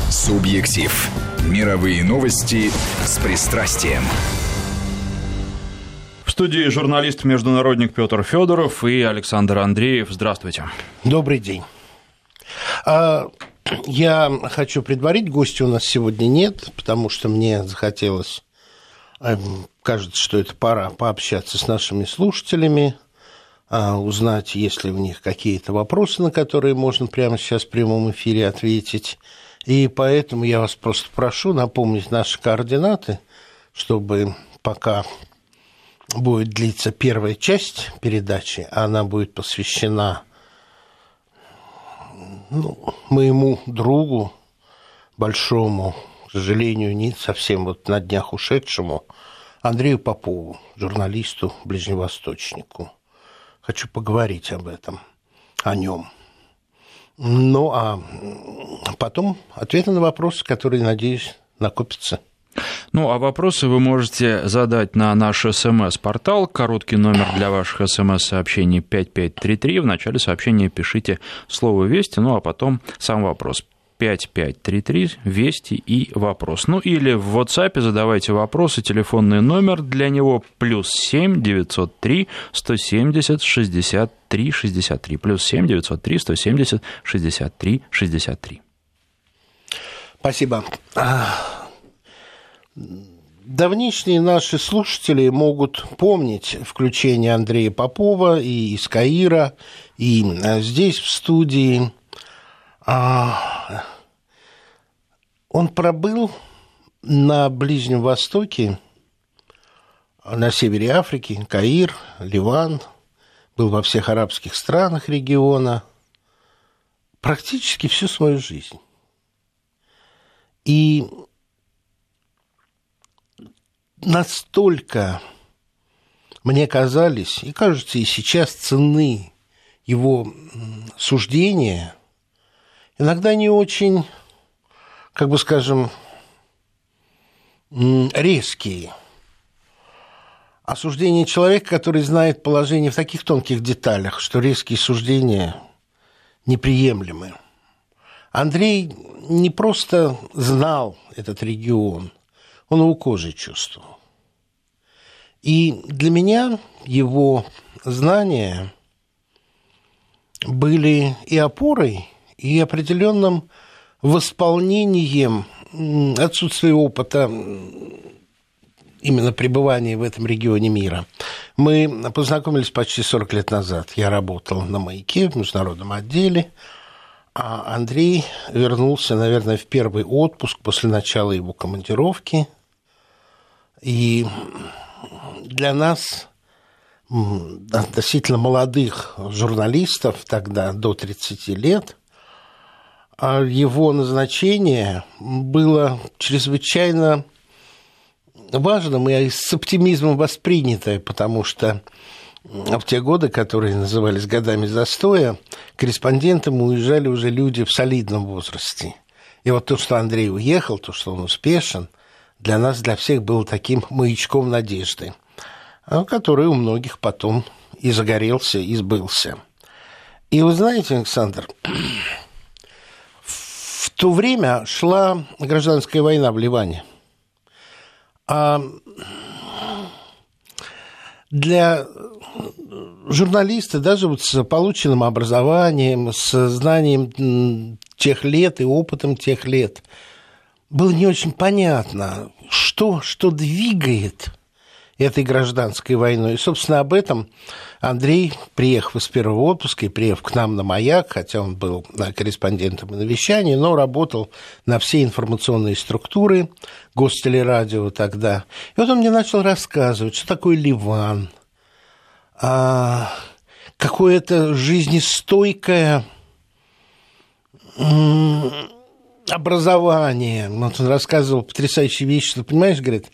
Субъектив. Мировые новости с пристрастием. В студии журналист-международник Петр Федоров и Александр Андреев. Здравствуйте. Добрый день. Я хочу предварить, гостя у нас сегодня нет, потому что мне захотелось, кажется, что это пора пообщаться с нашими слушателями, узнать, есть ли у них какие-то вопросы, на которые можно прямо сейчас в прямом эфире ответить. И поэтому я вас просто прошу напомнить наши координаты, чтобы пока будет длиться первая часть передачи, она будет посвящена моему другу, большому, к сожалению, не совсем на днях ушедшему, Андрею Попову, журналисту, ближневосточнику. Хочу поговорить об этом, о нем. Ну, а потом ответы на вопросы, которые, надеюсь, накопятся. Ну, а вопросы вы можете задать на наш СМС-портал. Короткий номер для ваших СМС-сообщений 5533. В начале сообщения пишите слово «Вести», ну, а потом сам вопрос. 5533, «Вести» и вопрос. Ну, или в WhatsApp задавайте вопросы, телефонный номер для него +7 903 170 63 63, +7 903 170 63 63. Спасибо. Давнишние наши слушатели могут помнить включение Андрея Попова и из Каира, и здесь, в студии. Он пробыл на Ближнем Востоке, на севере Африки, Каир, Ливан, был во всех арабских странах региона практически всю свою жизнь. И настолько мне казались, и кажется, и сейчас ценны его суждения, иногда не очень, как бы скажем, резкие. Осуждение человека, который знает положение в таких тонких деталях, что резкие суждения неприемлемы. Андрей не просто знал этот регион, он его кожей чувствовал. И для меня его знания были и опорой, и определенным восполнением отсутствия опыта именно пребывания в этом регионе мира. Мы познакомились почти 40 лет назад. Я работал на «Маяке» в международном отделе, а Андрей вернулся, наверное, в первый отпуск после начала его командировки. И для нас, относительно молодых журналистов, тогда до 30 лет, его назначение было чрезвычайно важным и с оптимизмом воспринято, потому что в те годы, которые назывались годами застоя, корреспондентам уезжали уже люди в солидном возрасте. И вот то, что Андрей уехал, то, что он успешен, для нас, для всех было таким маячком надежды, который у многих потом и загорелся, и сбылся. И вы знаете, Александр, в то время шла гражданская война в Ливане. А для журналиста, даже с полученным образованием, с знанием тех лет и опытом тех лет, было не очень понятно, что двигает этой гражданской войной. И, собственно, об этом Андрей, приехав из первого отпуска и приехав к нам на «Маяк», хотя он был корреспондентом и на вещании, но работал на все информационные структуры Гостелерадио тогда. И вот он мне начал рассказывать, что такое Ливан, какое-то жизнестойкое образование. Вот он рассказывал потрясающие вещи, что, понимаешь, говорит,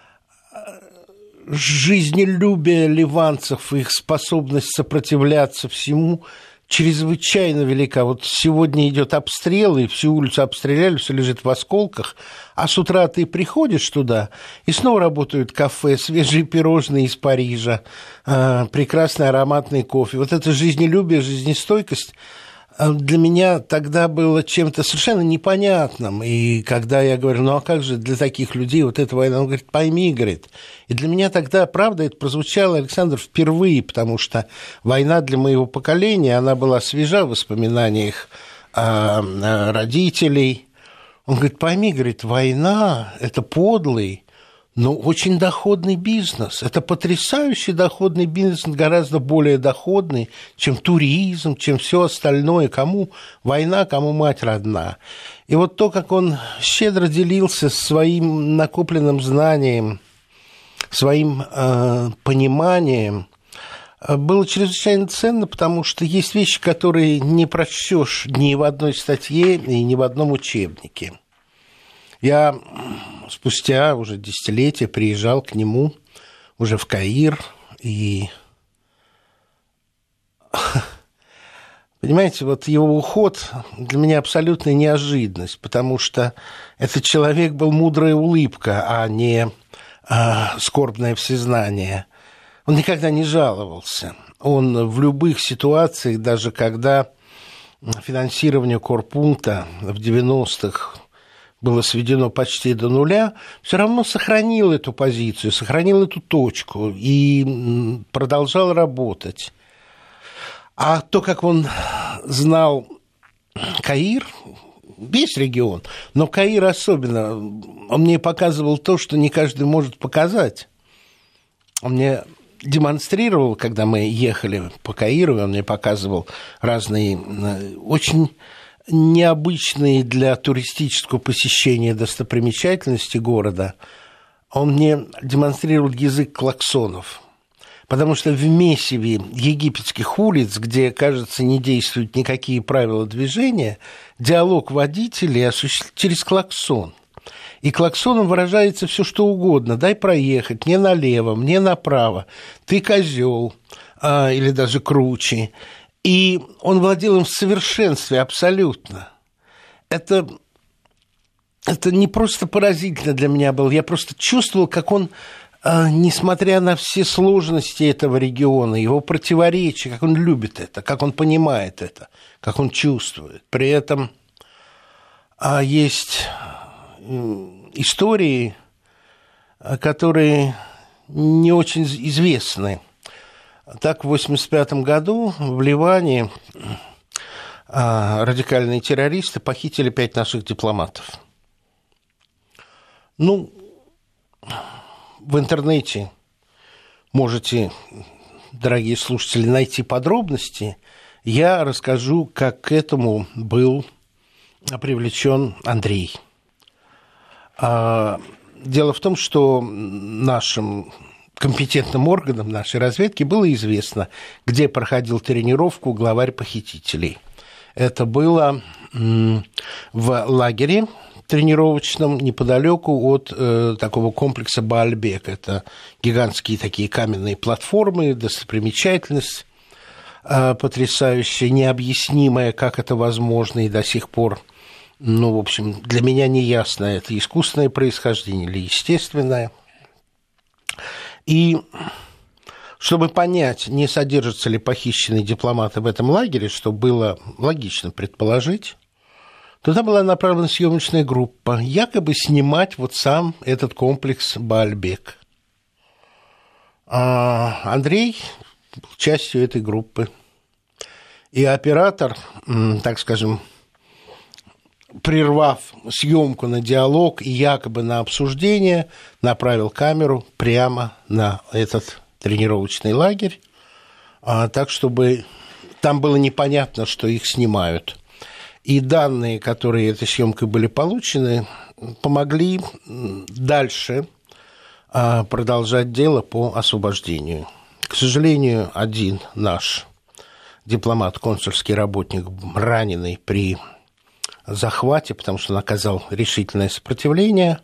жизнелюбие ливанцев, их способность сопротивляться всему чрезвычайно велика. Вот сегодня идет обстрел, и всю улицу обстреляли, все лежит в осколках, а с утра ты приходишь туда, и снова работают кафе, свежие пирожные из Парижа, прекрасный ароматный кофе. Вот это жизнелюбие, жизнестойкость, для меня тогда было чем-то совершенно непонятным. И когда я говорю, ну а как же для таких людей вот эта война? Он говорит, пойми, говорит. И для меня тогда, правда, это прозвучало, Александр, впервые, потому что война для моего поколения, она была свежа в воспоминаниях родителей. Он говорит, пойми, говорит, война – это подлый, но очень доходный бизнес. Это потрясающий доходный бизнес, гораздо более доходный, чем туризм, чем все остальное. Кому война, кому мать родна. И вот то, как он щедро делился своим накопленным знанием, своим пониманием, было чрезвычайно ценно, потому что есть вещи, которые не прочтешь ни в одной статье и ни в одном учебнике. Я спустя уже десятилетия приезжал к нему уже в Каир, и, понимаете, вот его уход для меня абсолютная неожиданность, потому что этот человек был мудрая улыбка, а не скорбное всезнание. Он никогда не жаловался. Он в любых ситуациях, даже когда финансирование корпункта в 90-х было сведено почти до нуля, все равно сохранил эту позицию, сохранил эту точку и продолжал работать. А то, как он знал Каир, весь регион, но Каир особенно, он мне показывал то, что не каждый может показать. Он мне демонстрировал, когда мы ехали по Каиру, он мне показывал разные очень необычные для туристического посещения достопримечательности города. Он мне демонстрировал язык клаксонов, потому что в месиве египетских улиц, где, кажется, не действуют никакие правила движения, диалог водителей осуществляется через клаксон. И клаксоном выражается все что угодно. Дай проехать, мне налево, мне направо, ты козел, или даже круче. И он владел им в совершенстве абсолютно. Это не просто поразительно для меня было. Я просто чувствовал, как он, несмотря на все сложности этого региона, его противоречия, как он любит это, как он понимает это, как он чувствует. При этом есть истории, которые не очень известны. Так, в 1985 году в Ливане радикальные террористы похитили 5 наших дипломатов. Ну, в интернете можете, дорогие слушатели, найти подробности. Я расскажу, как к этому был привлечен Андрей. Дело в том, что нашим компетентным органам нашей разведки было известно, где проходил тренировку главарь похитителей. Это было в лагере тренировочном неподалеку от такого комплекса Баальбек. Это гигантские такие каменные платформы, достопримечательность потрясающая, необъяснимая, как это возможно, и до сих пор, ну, в общем, для меня не ясно, это искусственное происхождение или естественное. И чтобы понять, не содержатся ли похищенные дипломаты в этом лагере, что было логично предположить, туда была направлена съемочная группа, якобы снимать вот сам этот комплекс Баальбек. А Андрей был частью этой группы. И оператор, так скажем, прервав съемку на диалог и якобы на обсуждение, направил камеру прямо на этот тренировочный лагерь, так, чтобы там было непонятно, что их снимают. И данные, которые этой съемкой были получены, помогли дальше продолжать дело по освобождению. К сожалению, один наш дипломат, консульский работник, раненый при захвате, потому что он оказал решительное сопротивление,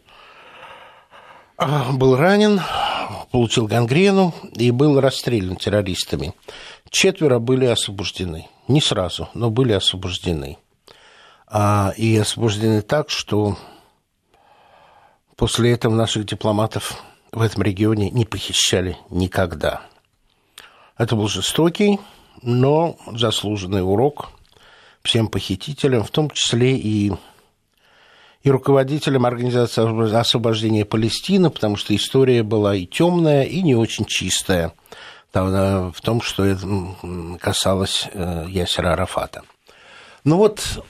был ранен, получил гангрену и был расстрелян террористами. 4 были освобождены. Не сразу, но были освобождены. И освобождены так, что после этого наших дипломатов в этом регионе не похищали никогда. Это был жестокий, но заслуженный урок всем похитителям, в том числе и руководителям Организации освобождения Палестины, потому что история была и темная, и не очень чистая в том, что это касалось Ясера Арафата. Ну вот,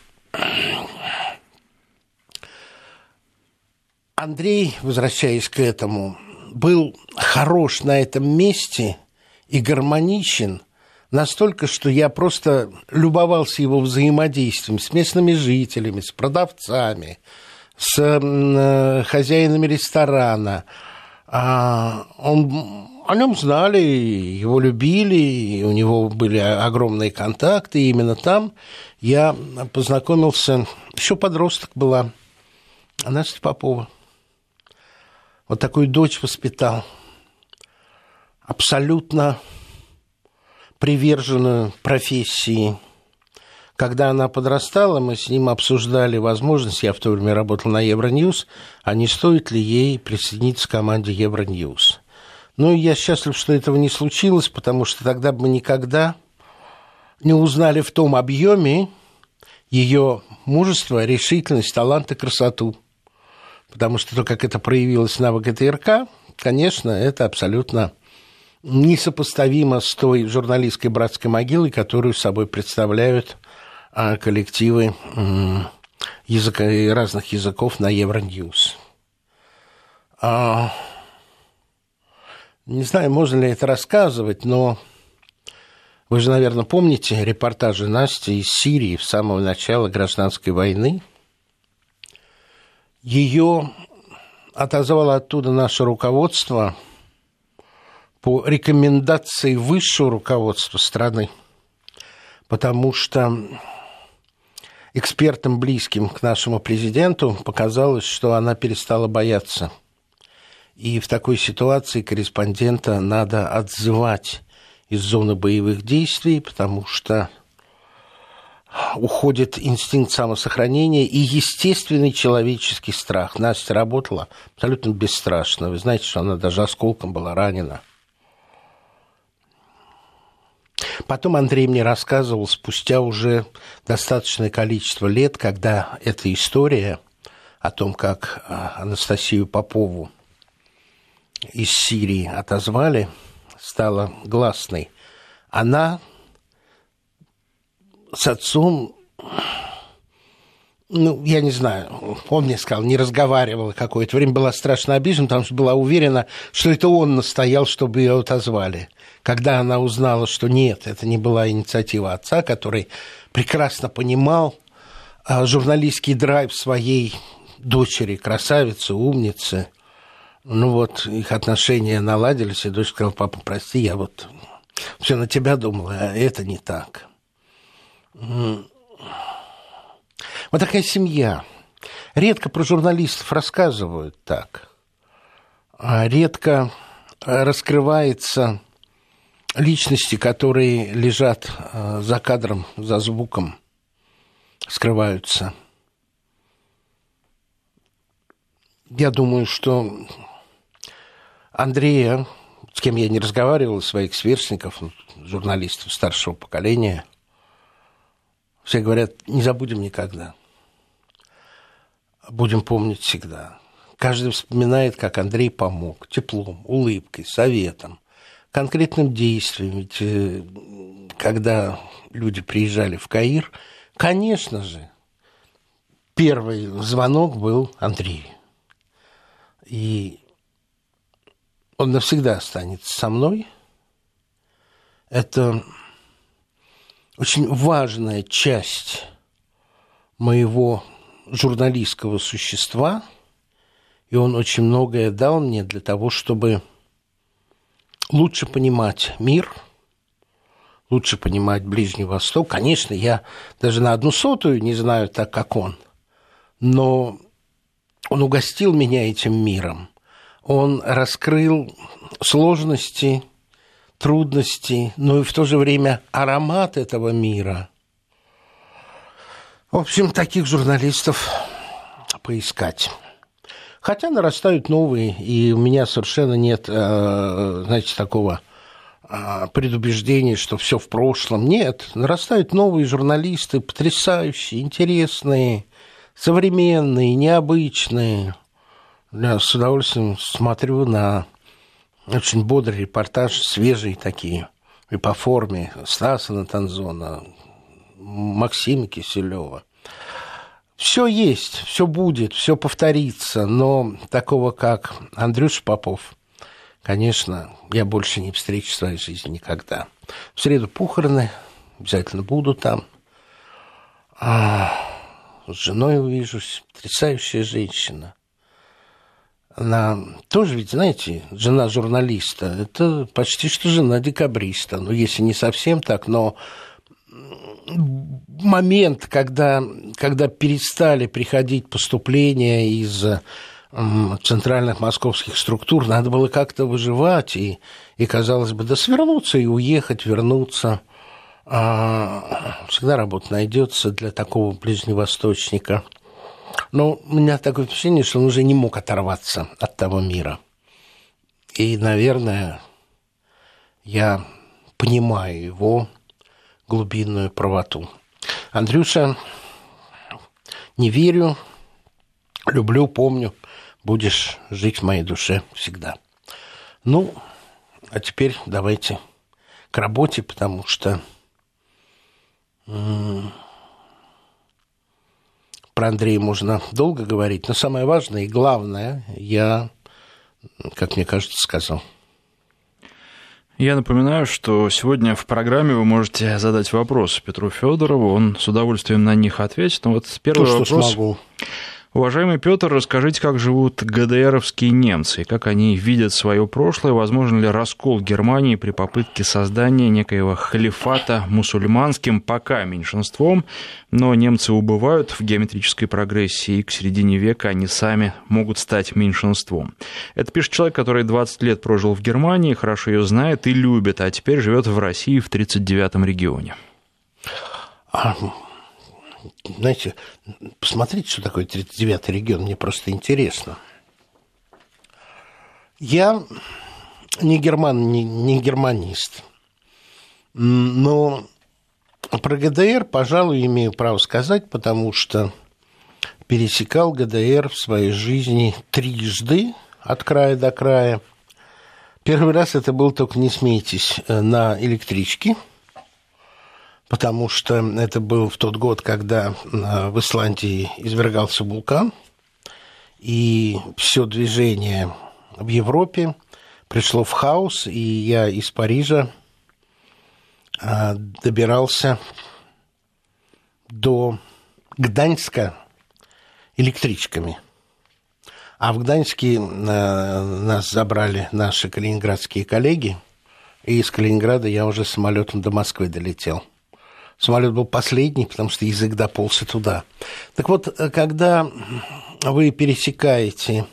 Андрей, возвращаясь к этому, был хорош на этом месте и гармоничен настолько, что я просто любовался его взаимодействием с местными жителями, с продавцами, с хозяинами ресторана. О нем знали, его любили, и у него были огромные контакты, и именно там я познакомился, еще подросток была, Настя Попова. Вот такую дочь воспитал, абсолютно приверженную профессии. Когда она подрастала, мы с ним обсуждали возможность, я в то время работал на Евроньюз, а не стоит ли ей присоединиться к команде Евроньюз. Ну, и я счастлив, что этого не случилось, потому что тогда бы мы никогда не узнали в том объеме ее мужество, решительность, талант и красоту. Потому что то, как это проявилось на ВГТРК, конечно, это абсолютно несопоставимо с той журналистской братской могилой, которую собой представляют коллективы разных языков на Евроньюз. Не знаю, можно ли это рассказывать, но вы же, наверное, помните репортажи Насти из Сирии в самого начала гражданской войны. Ее отозвало оттуда наше руководство по рекомендации высшего руководства страны, потому что экспертам, близким к нашему президенту, показалось, что она перестала бояться. И в такой ситуации корреспондента надо отзывать из зоны боевых действий, потому что уходит инстинкт самосохранения и естественный человеческий страх. Настя работала абсолютно бесстрашно. Вы знаете, что она даже осколком была ранена. Потом Андрей мне рассказывал, спустя уже достаточное количество лет, когда эта история о том, как Анастасию Попову из Сирии отозвали, стала гласной. Она с отцом, я не знаю, он мне сказал, не разговаривала какое-то время, была страшно обижена, потому что была уверена, что это он настоял, чтобы ее отозвали. Когда она узнала, что нет, это не была инициатива отца, который прекрасно понимал журналистский драйв своей дочери, красавицы, умницы. Ну вот, их отношения наладились, и дочь сказала: папа, прости, я вот все на тебя думала, а это не так. Вот такая семья. Редко про журналистов рассказывают так. Редко раскрываются личности, которые лежат за кадром, за звуком, скрываются. Я думаю, что Андрея, с кем я не разговаривал, своих сверстников, журналистов старшего поколения, все говорят: не забудем никогда, будем помнить всегда. Каждый вспоминает, как Андрей помог теплом, улыбкой, советом, конкретным действием. Ведь когда люди приезжали в Каир, конечно же, первый звонок был Андрею. И он навсегда останется со мной. Это очень важная часть моего журналистского существа, и он очень многое дал мне для того, чтобы лучше понимать мир, лучше понимать Ближний Восток. Конечно, я даже на 1/100 не знаю так, как он, но он угостил меня этим миром. Он раскрыл сложности, трудности, но и в то же время аромат этого мира. В общем, таких журналистов поискать. Хотя нарастают новые, и у меня совершенно нет, знаете, такого предубеждение, что все в прошлом. Нет, нарастают новые журналисты, потрясающие, интересные, современные, необычные. Я с удовольствием смотрю на очень бодрый репортаж, свежие такие, и по форме Стаса Натанзона, Максима Киселева. Все есть, все будет, все повторится, но такого, как Андрюша Попов, конечно, я больше не встречу в своей жизни никогда. В среду похороны, обязательно буду там. С женой увижусь, потрясающая женщина. Она тоже, ведь, знаете, жена журналиста, это почти что жена декабриста. Ну, если не совсем так, но момент, когда перестали приходить поступления из центральных московских структур, надо было как-то выживать, и казалось бы, да свернуться и уехать, вернуться. Всегда работа найдется для такого ближневосточника. Но у меня такое впечатление, что он уже не мог оторваться от того мира. И, наверное, я понимаю его глубинную правоту. Андрюша, не верю, люблю, помню, будешь жить в моей душе всегда. Ну, а теперь давайте к работе, потому что про Андрея можно долго говорить, но самое важное и главное я, как мне кажется, сказал. Я напоминаю, что сегодня в программе вы можете задать вопросы Петру Федорову, он с удовольствием на них ответит. Но вот первый вопрос. Смогу. Уважаемый Петр, расскажите, как живут ГДРовские немцы, и как они видят свое прошлое, возможен ли раскол Германии при попытке создания некоего халифата мусульманским пока меньшинством, но немцы убывают в геометрической прогрессии, и к середине века они сами могут стать меньшинством. Это пишет человек, который 20 лет прожил в Германии, хорошо ее знает и любит, а теперь живет в России в 39-м регионе. Знаете, посмотрите, что такое 39-й регион, мне просто интересно. Я не германист, но про ГДР, пожалуй, имею право сказать, потому что пересекал ГДР в своей жизни трижды от края до края. Первый раз это был, только не смейтесь, на электричке, потому что это был в тот год, когда в Исландии извергался вулкан, и все движение в Европе пришло в хаос, и я из Парижа добирался до Гданьска электричками. А в Гданьске нас забрали наши калининградские коллеги, и из Калининграда я уже самолетом до Москвы долетел. Самолет был последний, потому что язык дополз и туда. Так вот, когда вы пересекаете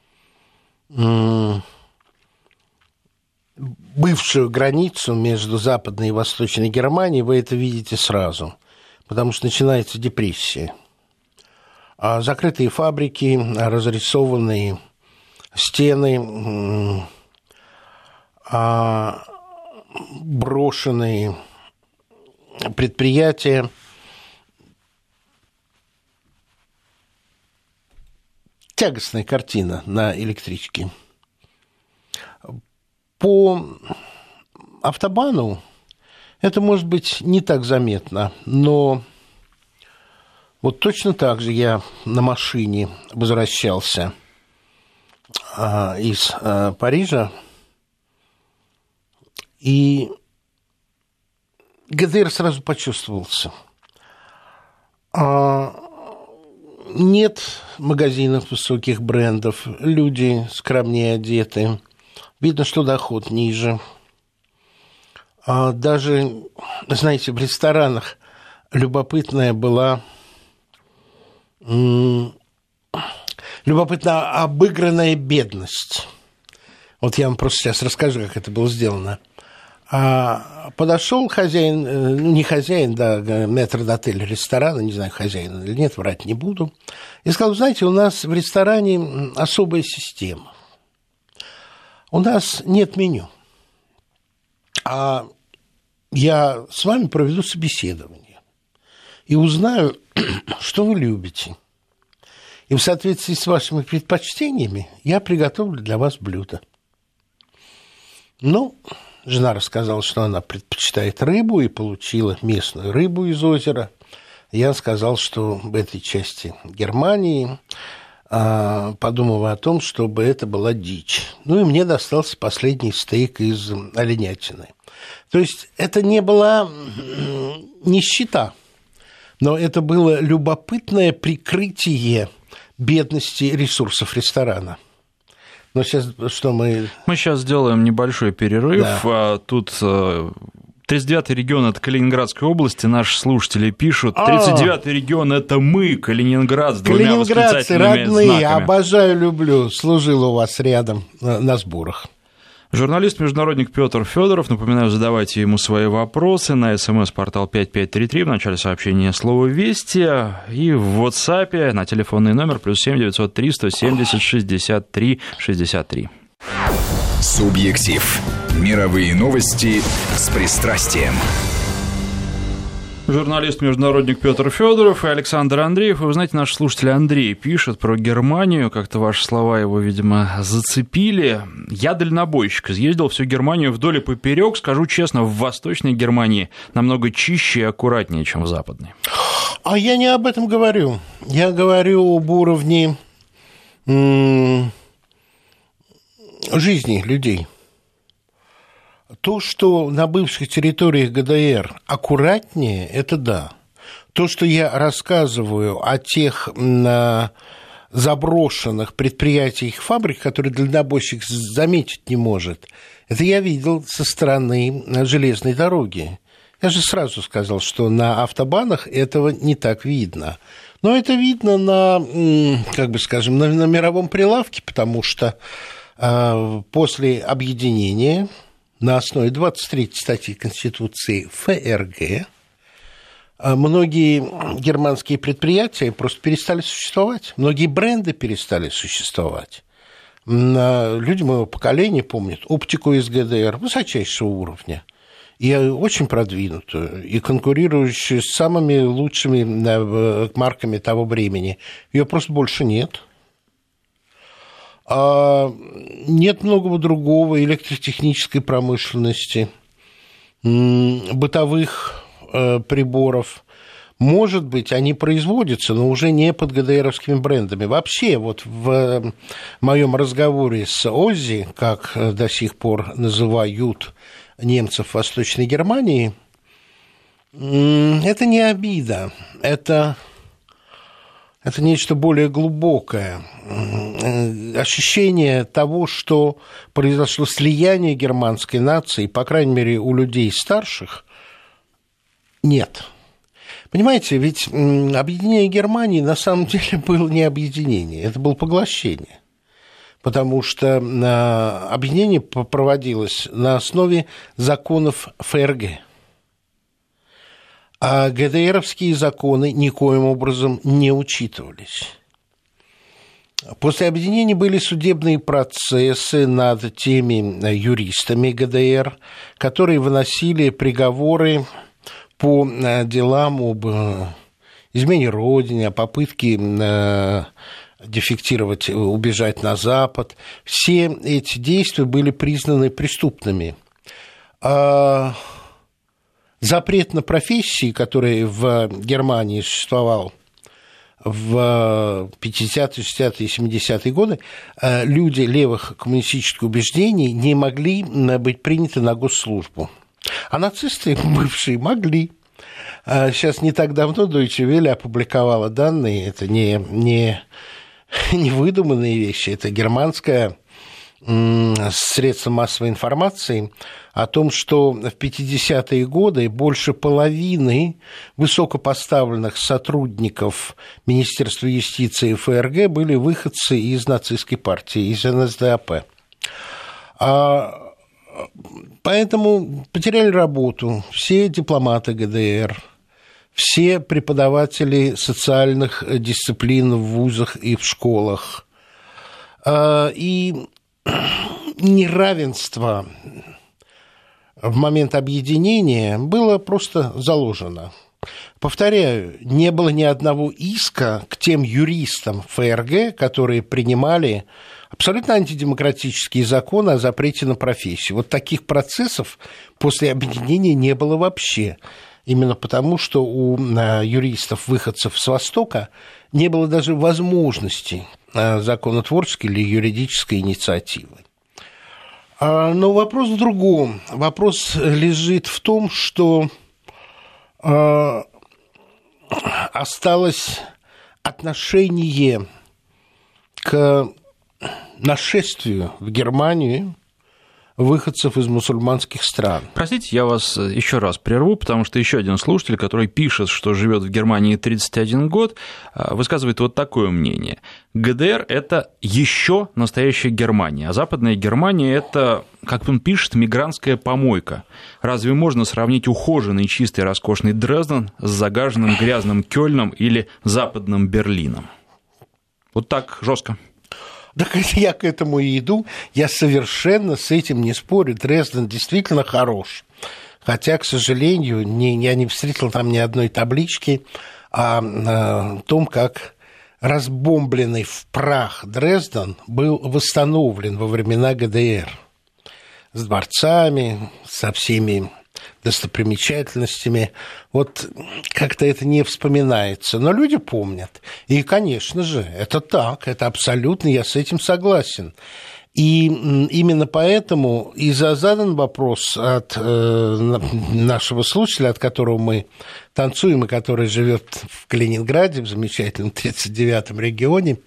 бывшую границу между Западной и Восточной Германией, вы это видите сразу, потому что начинается депрессия. Закрытые фабрики, разрисованные стены, брошенные предприятия. Тягостная картина на электричке. По автобану это может быть не так заметно, но вот точно так же я на машине возвращался из Парижа, и ГДР сразу почувствовался. Нет магазинов высоких брендов, люди скромнее одеты, видно, что доход ниже. Даже, знаете, в ресторанах любопытная обыгранная бедность. Вот я вам просто сейчас расскажу, как это было сделано. Подошел хозяин, не хозяин, да, метрдотель ресторана, не знаю, хозяин или нет, врать не буду, и сказал: знаете, у нас в ресторане особая система. У нас нет меню. А я с вами проведу собеседование и узнаю, что вы любите. И в соответствии с вашими предпочтениями я приготовлю для вас блюдо. Ну, жена рассказала, что она предпочитает рыбу, и получила местную рыбу из озера. Я сказал, что в этой части Германии, подумав о том, чтобы это была дичь. Ну, и мне достался последний стейк из оленятины. То есть это не была нищета, но это было любопытное прикрытие бедности ресурсов ресторана. Но сейчас что мы... Мы сейчас сделаем небольшой перерыв. Да. Тут 39-й регион – это Калининградская область, и наши слушатели пишут. 39-й регион – это мы, Калининград, с двумя восклицательными родные, знаками. Обожаю, люблю. Служил у вас рядом на сборах. Журналист-международник Петр Федоров. Напоминаю, задавайте ему свои вопросы на СМС-портал 5533 в начале сообщения слово «Вести» и в WhatsApp на телефонный номер +7 903 170 63 63. Субъектив. Мировые новости с пристрастием. Журналист-международник Петр Федоров и Александр Андреев. И вы знаете, наш слушатель Андрей пишет про Германию. Как-то ваши слова его, видимо, зацепили. Я дальнобойщик. Изъездил всю Германию вдоль и поперек. Скажу честно, в Восточной Германии намного чище и аккуратнее, чем в Западной. А я не об этом говорю. Я говорю об уровне жизни людей. То, что на бывших территориях ГДР аккуратнее, это да. То, что я рассказываю о тех заброшенных предприятиях, фабрик, которые дальнобойщик заметить не может, это я видел со стороны железной дороги. Я же сразу сказал, что на автобанах этого не так видно. Но это видно на, как бы скажем, на мировом прилавке, потому что после объединения на основе 23 статьи Конституции ФРГ многие германские предприятия просто перестали существовать, многие бренды перестали существовать. Люди моего поколения помнят оптику из ГДР высочайшего уровня, и очень продвинутую, и конкурирующую с самыми лучшими марками того времени. Ее просто больше нет. Нет многого другого, электротехнической промышленности, бытовых приборов. Может быть, они производятся, но уже не под ГДРовскими брендами. Вообще, вот в моем разговоре с Оззи, как до сих пор называют немцев Восточной Германии, это не обида, это нечто более глубокое. Ощущение того, что произошло слияние германской нации, по крайней мере, у людей старших, нет. Понимаете, ведь объединение Германии на самом деле было не объединение, это было поглощение. Потому что объединение проводилось на основе законов ФРГ. А ГДРовские законы никоим образом не учитывались. После объединения были судебные процессы над теми юристами ГДР, которые выносили приговоры по делам об измене Родине, о попытке дефектировать, убежать на Запад. Все эти действия были признаны преступными. Запрет на профессии, который в Германии существовал в 50-е, 60-е и 70-е годы, люди левых коммунистических убеждений не могли быть приняты на госслужбу. А нацисты бывшие могли. Сейчас не так давно Deutsche Welle опубликовала данные, это не выдуманные вещи, это германское средство массовой информации о том, что в 50-е годы больше половины высокопоставленных сотрудников Министерства юстиции ФРГ были выходцы из нацистской партии, из НСДАП. Поэтому потеряли работу все дипломаты ГДР, все преподаватели социальных дисциплин в вузах и в школах. И неравенство в момент объединения было просто заложено. Повторяю, не было ни одного иска к тем юристам ФРГ, которые принимали абсолютно антидемократические законы о запрете на профессию. Вот таких процессов после объединения не было вообще. Именно потому, что у юристов-выходцев с Востока не было даже возможности законотворческой или юридической инициативы. Но вопрос в другом. Вопрос лежит в том, что осталось отношение к нашествию в Германию выходцев из мусульманских стран. Простите, я вас еще раз прерву, потому что еще один слушатель, который пишет, что живет в Германии 31 год, высказывает вот такое мнение. ГДР – это еще настоящая Германия, а Западная Германия – это, как он пишет, мигрантская помойка. Разве можно сравнить ухоженный, чистый, роскошный Дрезден с загаженным, грязным Кёльном или западным Берлином? Вот так жестко. Да я к этому и иду, я совершенно с этим не спорю. Дрезден действительно хорош. Хотя, к сожалению, я не встретил там ни одной таблички о том, как разбомбленный в прах Дрезден был восстановлен во времена ГДР. С дворцами, со всеми достопримечательностями. Вот как-то это не вспоминается. Но люди помнят. И, конечно же, это так, это абсолютно, я с этим согласен. И именно поэтому и задан вопрос от нашего слушателя, от которого мы танцуем, и который живет в Калининграде, в замечательном 39-м регионе,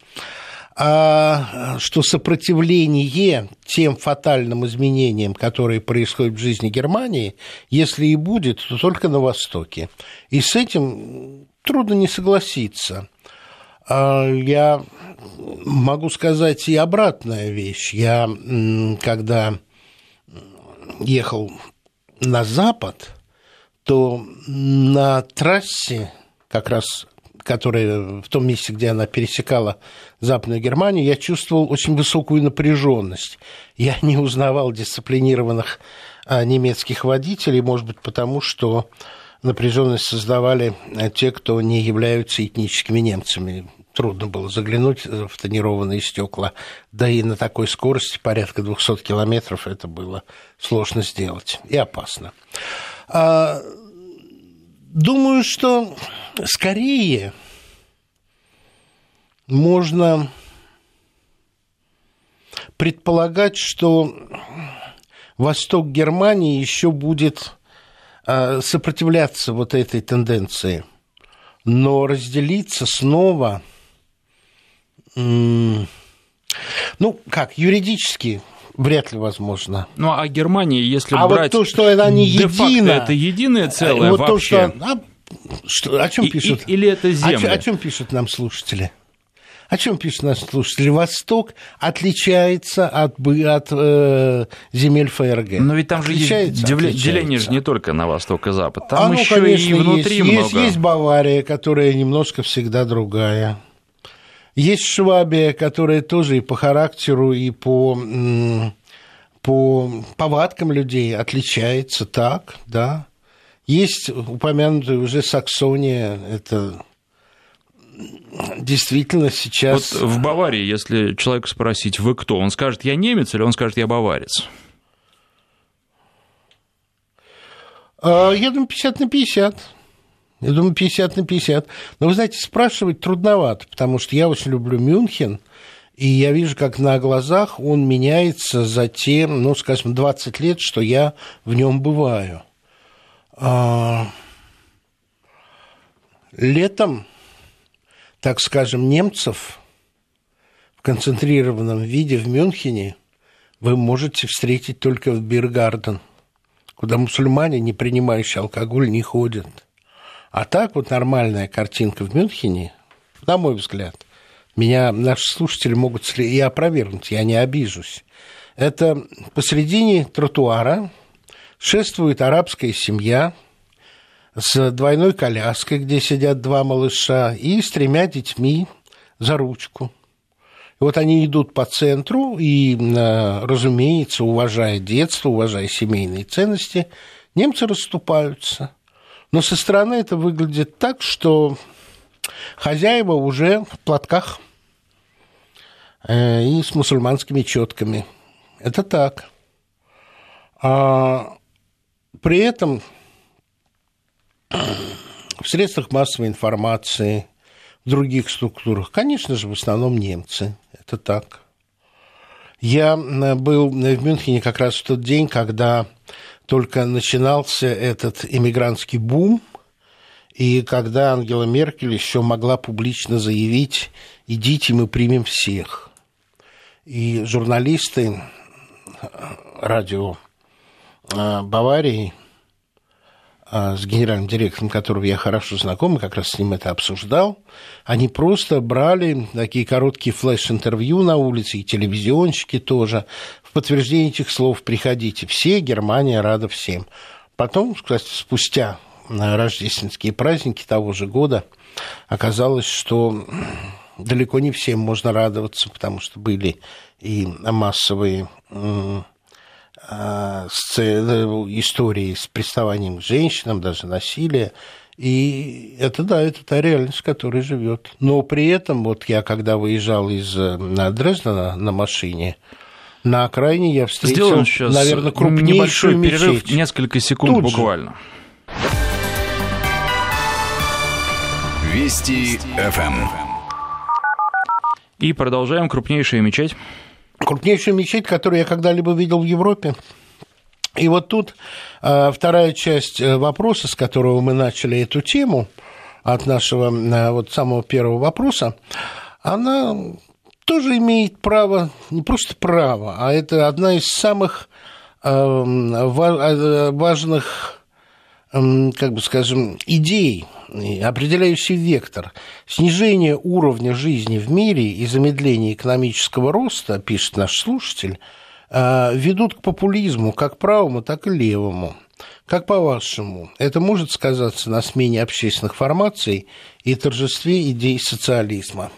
что сопротивление тем фатальным изменениям, которые происходят в жизни Германии, если и будет, то только на Востоке. И с этим трудно не согласиться. Я могу сказать и обратная вещь. Я, когда ехал на Запад, то на трассе, как раз которая в том месте, где она пересекала Западную Германию, я чувствовал очень высокую напряженность. Я не узнавал дисциплинированных немецких водителей, может быть, потому что напряженность создавали те, кто не являются этническими немцами. Трудно было заглянуть в тонированные стекла, да и на такой скорости, порядка 200 километров, это было сложно сделать и опасно. Думаю, что скорее можно предполагать, что восток Германии еще будет сопротивляться вот этой тенденции, но разделиться снова, юридически вряд ли возможно. Ну, а Германия, если брать... вот то, что она не едина... это единое целое вот вообще? То, что, о чем пишут? Или это земли? О чем пишут нам слушатели? О чем пишут наши слушатели? Восток отличается от земель ФРГ. Но ведь там же есть деление же не только на восток и запад. Там еще конечно, и внутри много. Есть Бавария, которая немножко всегда другая. Есть Швабия, которая тоже и по характеру, и по повадкам людей отличается, так, да. Есть упомянутая уже Саксония, это действительно сейчас... Вот в Баварии, если человека спросить, вы кто, он скажет, я немец, или он скажет, я баварец? Я думаю, 50 на 50. Я думаю, 50 на 50. Но, вы знаете, спрашивать трудновато, потому что я очень люблю Мюнхен, и я вижу, как на глазах он меняется за те, 20 лет, что я в нем бываю. Летом, так скажем, немцев в концентрированном виде в Мюнхене вы можете встретить только в Биргарден, куда мусульмане, не принимающие алкоголь, не ходят. А так вот нормальная картинка в Мюнхене, на мой взгляд, меня наши слушатели могут и опровергнуть, я не обижусь. Это посредине тротуара шествует арабская семья с двойной коляской, где сидят два малыша, и с 3 детьми за ручку. И вот они идут по центру, и, разумеется, уважая детство, уважая семейные ценности, немцы расступаются. Но со стороны это выглядит так, что хозяева уже в платках и с мусульманскими четками. Это так. А при этом в средствах массовой информации, в других структурах, конечно же, в основном немцы. Это так. Я был в Мюнхене как раз в тот день, когда только начинался этот иммигрантский бум, и когда Ангела Меркель еще могла публично заявить: идите, мы примем всех. И журналисты радио Баварии, с генеральным директором которого я хорошо знаком, и как раз с ним это обсуждал, они просто брали такие короткие флеш-интервью на улице, и телевизионщики тоже, в подтверждение этих слов: приходите все, Германия рада всем. Потом, кстати, спустя рождественские праздники того же года оказалось, что далеко не всем можно радоваться, потому что были и массовые истории с приставанием к женщинам, даже насилие. И это, да, это та реальность, в которой живет. Но при этом, вот я когда выезжал из Дрездена на машине, на окраине я встретил, наверное, крупнейшую мечеть. Перерыв, несколько секунд тут буквально. Вести ФМ. И продолжаем. Крупнейшая мечеть. Крупнейшая мечеть, которую я когда-либо видел в Европе. И вот тут вторая часть вопроса, с которого мы начали эту тему, от нашего вот самого первого вопроса, она тоже имеет право, не просто право, а это одна из самых важных, как бы скажем, идей, определяющий вектор. Снижение уровня жизни в мире и замедление экономического роста, пишет наш слушатель, ведут к популизму как правому, так и левому. Как по-вашему, это может сказаться на смене общественных формаций и торжестве идей социализма?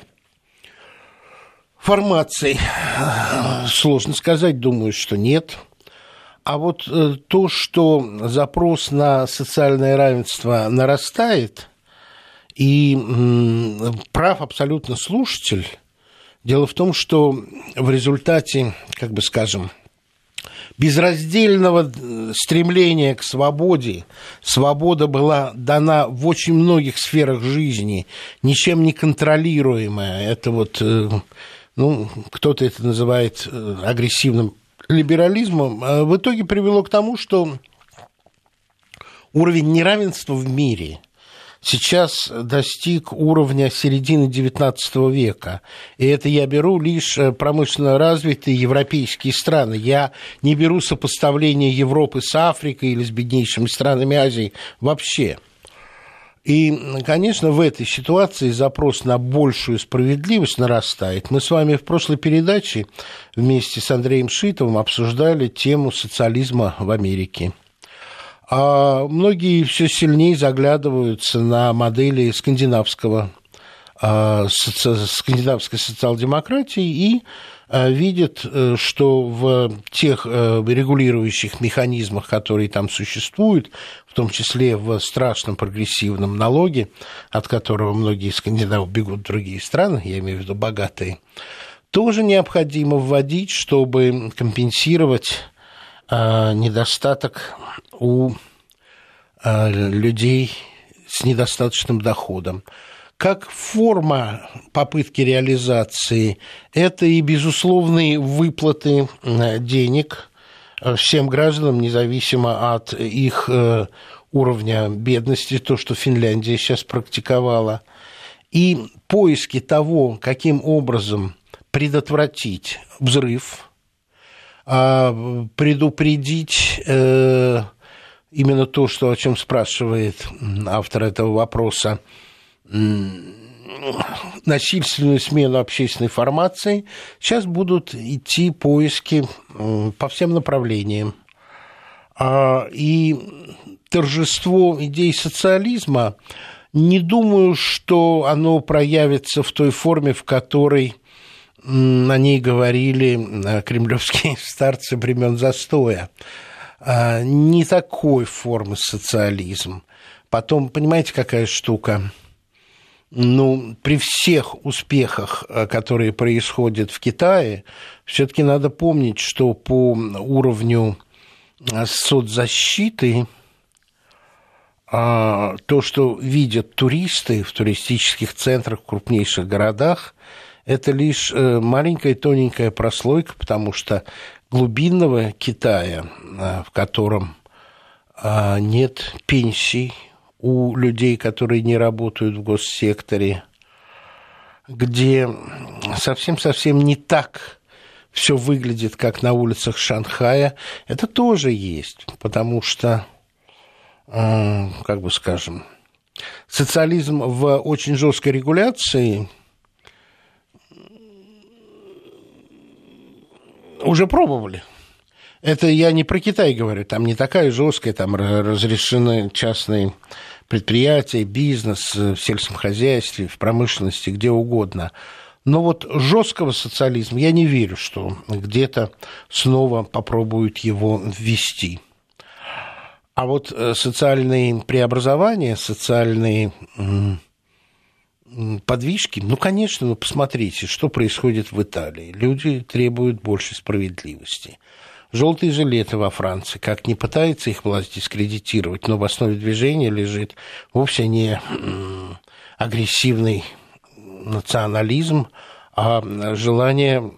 Формаций сложно сказать, думаю, что нет. А вот то, что запрос на социальное равенство нарастает, и прав абсолютно слушатель, дело в том, что в результате, как бы скажем, безраздельного стремления к свободе, свобода была дана в очень многих сферах жизни, ничем не контролируемая. Это вот, ну, кто-то это называет агрессивным либерализмом, в итоге привело к тому, что уровень неравенства в мире сейчас достиг уровня середины XIX века. И это я беру лишь промышленно развитые европейские страны. Я не беру сопоставление Европы с Африкой или с беднейшими странами Азии вообще. И, конечно, в этой ситуации запрос на большую справедливость нарастает. Мы с вами в прошлой передаче вместе с Андреем Шитовым обсуждали тему социализма в Америке. А многие все сильнее заглядываются на модели скандинавской социал-демократии и видят, что в тех регулирующих механизмах, которые там существуют, в том числе в страшном прогрессивном налоге, от которого многие скандинавы бегут в другие страны, я имею в виду богатые, тоже необходимо вводить, чтобы компенсировать недостаток у людей с недостаточным доходом. Как форма попытки реализации, это и безусловные выплаты денег всем гражданам, независимо от их уровня бедности, то, что Финляндия сейчас практиковала, и поиски того, каким образом предотвратить взрыв, предупредить именно то, о чем спрашивает автор этого вопроса, насильственную смену общественной формации, сейчас будут идти поиски по всем направлениям. И торжество идей социализма, не думаю, что оно проявится в той форме, в которой о ней говорили кремлевские старцы времен застоя. Не такой формы социализм. Потом, понимаете, какая штука? При всех успехах, которые происходят в Китае, все-таки надо помнить, что по уровню соцзащиты то, что видят туристы в туристических центрах в крупнейших городах, это лишь маленькая тоненькая прослойка, потому что глубинного Китая, в котором нет пенсий у людей, которые не работают в госсекторе, где совсем-совсем не так все выглядит, как на улицах Шанхая, это тоже есть, потому что, социализм в очень жесткой регуляции уже пробовали. Это я не про Китай говорю, там не такая жесткая, там разрешены частные предприятия, бизнес в сельском хозяйстве, в промышленности, где угодно. Но вот жесткого социализма я не верю, что где-то снова попробуют его ввести. А вот социальные преобразования, социальные подвижки, конечно, посмотрите, что происходит в Италии. Люди требуют большей справедливости. Желтые жилеты во Франции, как ни пытается их власть дискредитировать, но в основе движения лежит вовсе не агрессивный национализм, а желание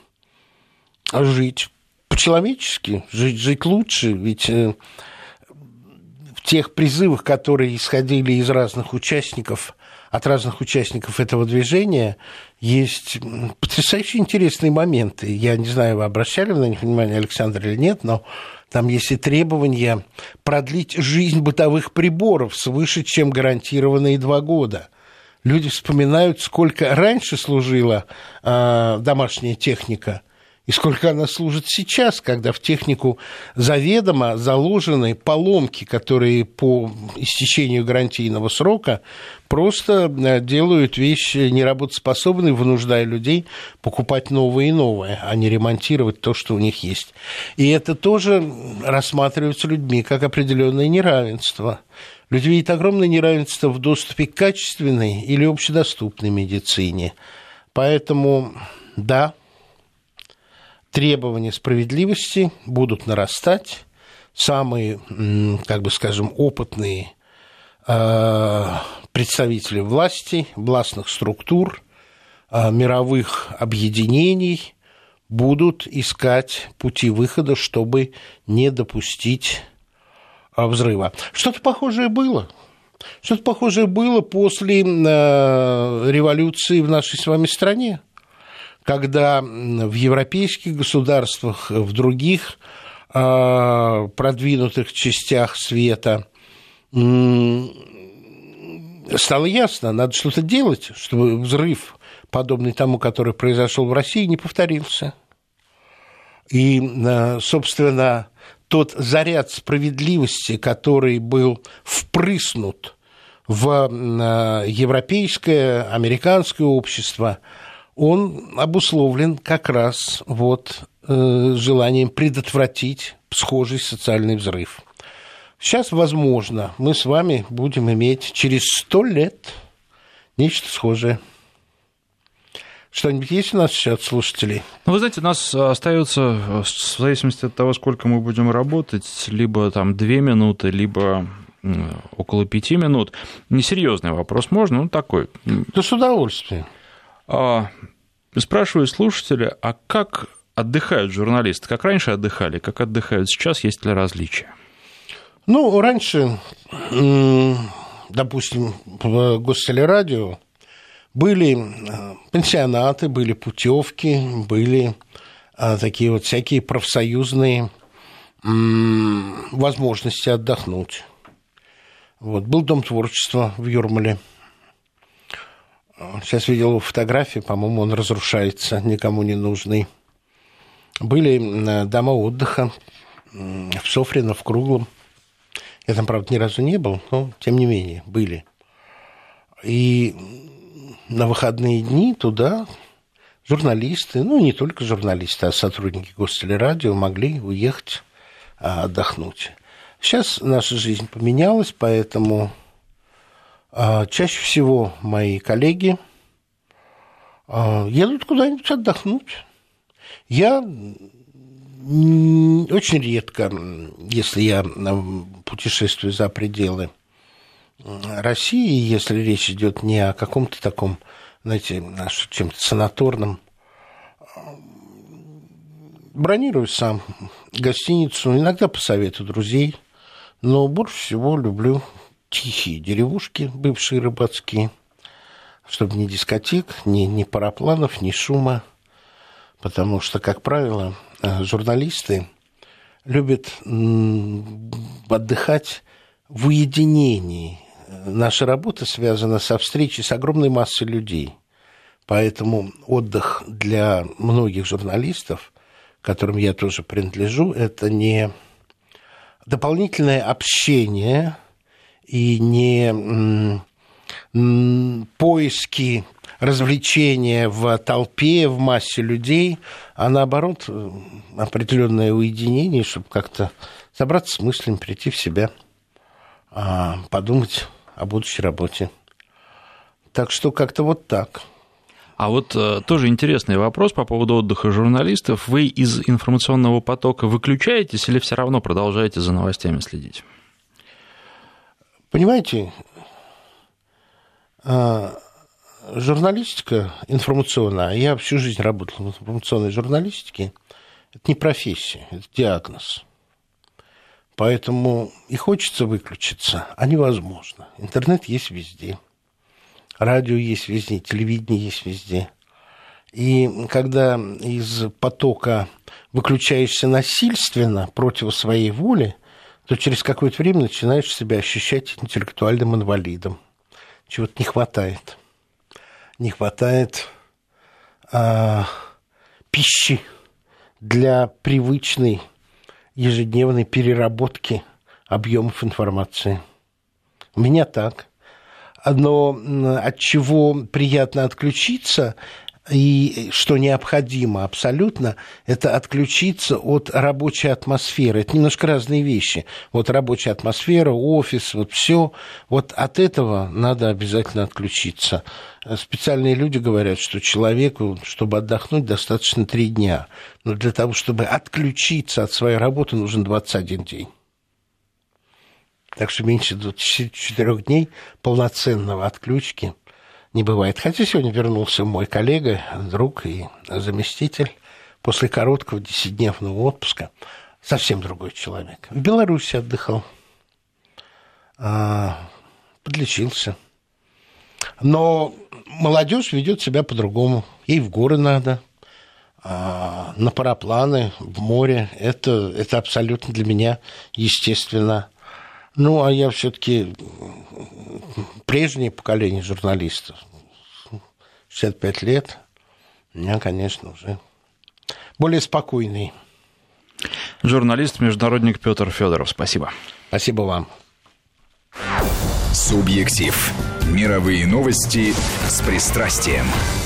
жить по-человечески, жить лучше. Ведь в тех призывах, которые исходили из разных участников, от разных участников этого движения, есть потрясающе интересные моменты. Я не знаю, вы обращали на них внимание, Александр, или нет, но там есть и требования продлить жизнь бытовых приборов свыше, чем гарантированные 2 года. Люди вспоминают, сколько раньше служила домашняя техника и сколько она служит сейчас, когда в технику заведомо заложены поломки, которые по истечению гарантийного срока просто делают вещи неработоспособной, вынуждая людей покупать новое и новое, а не ремонтировать то, что у них есть. И это тоже рассматривается людьми как определенное неравенство. Люди видят огромное неравенство в доступе к качественной или общедоступной медицине. Поэтому, да, требования справедливости будут нарастать. Самые, опытные представители власти, властных структур, мировых объединений будут искать пути выхода, чтобы не допустить взрыва. Что-то похожее было. Что-то похожее было после революции в нашей с вами стране, когда в европейских государствах, в других продвинутых частях света стало ясно, надо что-то делать, чтобы взрыв, подобный тому, который произошел в России, не повторился. И, собственно, тот заряд справедливости, который был впрыснут в европейское, американское общество, он обусловлен как раз желанием предотвратить схожий социальный взрыв. Сейчас, возможно, мы с вами будем иметь через 100 лет нечто схожее. Что-нибудь есть у нас еще от слушателей? Вы знаете, у нас остается, в зависимости от того, сколько мы будем работать, либо 2 минуты, либо около 5 минут. Несерьезный вопрос можно, такой. Да с удовольствием. Спрашиваю слушателя, а как отдыхают журналисты? Как раньше отдыхали, как отдыхают сейчас? Есть ли различия? Раньше, допустим, в Гостелерадио были пансионаты, были путевки, были такие всякие профсоюзные возможности отдохнуть. Был Дом творчества в Юрмале. Сейчас видел фотографии, по-моему, он разрушается, никому не нужный. Были дома отдыха в Софрино, в Круглом. Я там, правда, ни разу не был, но, тем не менее, были. И на выходные дни туда журналисты, ну, не только журналисты, а сотрудники Гостелерадио могли уехать отдохнуть. Сейчас наша жизнь поменялась, поэтому чаще всего мои коллеги едут куда-нибудь отдохнуть. Я очень редко, если я путешествую за пределы России, если речь идет не о каком-то таком, знаете, чем-то санаторном, бронирую сам гостиницу, иногда по совету друзей, но больше всего люблю тихие деревушки, бывшие рыбацкие, чтобы ни дискотек, ни парапланов, ни шума, потому что, как правило, журналисты любят отдыхать в уединении. Наша работа связана со встречей с огромной массой людей, поэтому отдых для многих журналистов, к которым я тоже принадлежу, это не дополнительное общение и не поиски развлечения в толпе, в массе людей, а наоборот определенное уединение, чтобы как-то собраться с мыслями, прийти в себя, подумать о будущей работе. Так что как-то вот так. А вот тоже интересный вопрос по поводу отдыха журналистов. Вы из информационного потока выключаетесь или все равно продолжаете за новостями следить? Понимаете, журналистика информационная, я всю жизнь работал в информационной журналистике, это не профессия, это диагноз. Поэтому и хочется выключиться, а невозможно. Интернет есть везде, радио есть везде, телевидение есть везде. И когда из потока выключаешься насильственно против своей воли, то через какое-то время начинаешь себя ощущать интеллектуальным инвалидом. Чего-то не хватает. Не хватает пищи для привычной ежедневной переработки объемов информации. У меня так. Но от чего приятно отключиться, и что необходимо абсолютно, это отключиться от рабочей атмосферы. Это немножко разные вещи. Вот рабочая атмосфера, офис, вот все. Вот от этого надо обязательно отключиться. Специальные люди говорят, что человеку, чтобы отдохнуть, достаточно 3 дня. Но для того, чтобы отключиться от своей работы, нужен 21 день. Так что меньше 24 дней полноценного отключки не бывает. Хотя сегодня вернулся мой коллега, друг и заместитель после короткого 10-дневного отпуска. Совсем другой человек. В Беларуси отдыхал. Подлечился. Но молодежь ведет себя по-другому. Ей в горы надо, на парапланы, в море. Это абсолютно для меня естественно. Ну, а я все-таки прежнее поколение журналистов, 65 лет, у меня, конечно, уже более спокойный. Журналист, международник Петр Федоров, спасибо. Спасибо вам. Субъектив. Мировые новости с пристрастием.